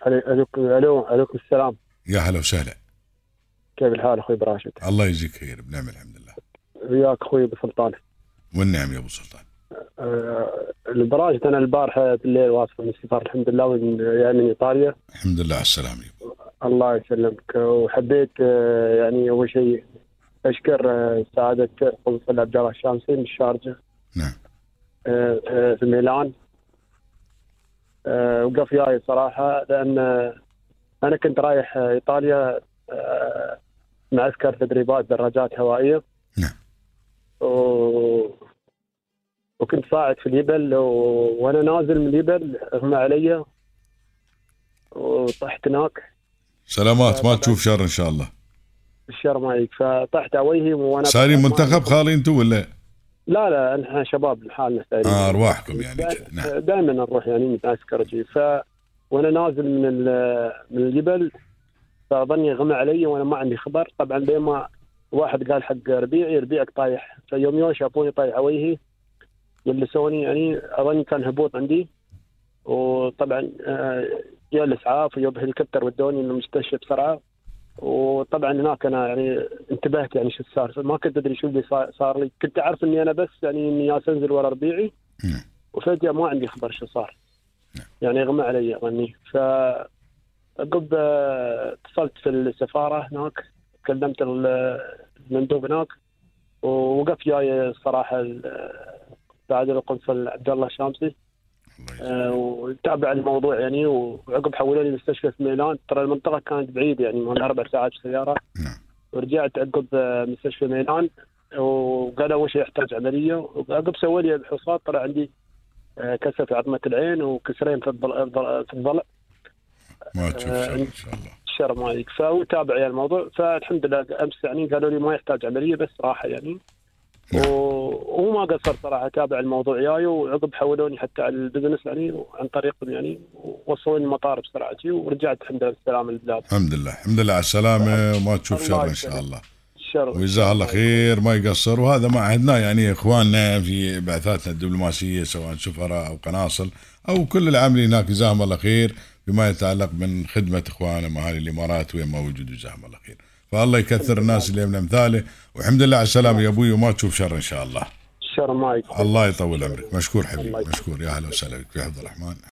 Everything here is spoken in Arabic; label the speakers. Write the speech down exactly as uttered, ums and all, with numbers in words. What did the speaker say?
Speaker 1: عليكم الو عليكم السلام.
Speaker 2: يا هلا وسهلا.
Speaker 1: كيف الحال اخوي براشد؟
Speaker 2: الله يجزيك خير، بنعم الحمد لله.
Speaker 1: وياك اخوي ابو سلطان.
Speaker 2: والنعم يا ابو سلطان.
Speaker 1: أه البراشد انا البارحه بالليل واصل من السفر الحمد لله من يعني من ايطاليا.
Speaker 2: الحمد لله على السلامه.
Speaker 1: الله يسلمك. وحبيت أه يعني اول شيء اشكر أه سعاده قنصل عبد الله الشامسي من الشارجه.
Speaker 2: نعم.
Speaker 1: أه أه في ميلان. أه وقف وياي صراحه لان انا كنت رايح ايطاليا أه معسكر تدريبات دراجات هوائيه.
Speaker 2: نعم.
Speaker 1: و... وكنت صاعد في اليبل و... وانا نازل من اليبل اغمى علي وطحت هناك.
Speaker 2: سلامات، ما تشوف شر ان شاء الله.
Speaker 1: الشر ما يك. فطحت على وجهي وانا
Speaker 2: صايرين منتخب خالي انتم ولا؟
Speaker 1: لا لا احنا شباب لحالنا سايرين.
Speaker 2: اه ارواحكم يعني كذا. نعم.
Speaker 1: دائما نروح يعني نتعسكر شيء. ف وانا نازل من ال... من الجبل فظني غمى علي وانا ما عندي خبر. طبعا بينما واحد قال حق ربيعي ربيعك طايح. فيوم يوم شافوني طايح على وجهي جلسوني يعني اظن كان هبوط عندي. وطبعا جاء الاسعاف ويوم هليكوبتر ودوني المستشفى بسرعه. وطبعا هناك انا يعني انتبهت يعني شو صار. ما كنت ادري شو اللي صار لي. كنت اعرف اني انا بس يعني اني جالس انزل ورا ربيعي وفجاه ما عندي خبر شو صار. يعني اغمى علي اظني. ف عقب اتصلت في السفاره هناك كلمت المندوب هناك ووقف جاي الصراحه سعاده القنصل عبد الله الشامسي أه وتابع الموضوع يعني. وعقب حولوني مستشفى في ميلان. ترى المنطقه كانت بعيده يعني من اربع ساعات بالسياره. ورجعت عقب مستشفى ميلان وقالوا اول شيء يحتاج عمليه. وعقب سووا لي الفحوصات طلع عندي كسر في عظمه العين وكسرين في الضلع في الضلع.
Speaker 2: ما تشوف شر ان شاء الله.
Speaker 1: الشر ما يك. فوتابع يعني الموضوع. فالحمد لله امس يعني قالوا لي ما يحتاج عمليه بس راحه يعني. وهو ما قصر صراحه تابع الموضوع وياي. وعقب حولوني حتى على البزنس يعني عن طريقهم يعني ووصلوني المطار بسرعه ورجعت الحمد لله بالسلامه للبلاد.
Speaker 2: الحمد لله الحمد لله على السلامه وما تشوف شر ان شاء الله. وجزاه الله خير ما يقصر. وهذا ما عهدناه يعني اخواننا في بعثاتنا الدبلوماسيه سواء سفراء او قناصل او كل العاملين هناك جزاهم الله خير بما يتعلق من خدمه اخواننا اهالي الامارات وين ما وجدوا جزاهم الله خير. فالله يكثر الناس اللي من امثاله. والحمد لله على السلامه يا ابوي وما تشوف شر ان شاء الله.
Speaker 1: الشر ما يك.
Speaker 2: الله يطول عمرك. مشكور حبيبي مشكور. يا هلا وسهلا بك يا عبد الرحمن.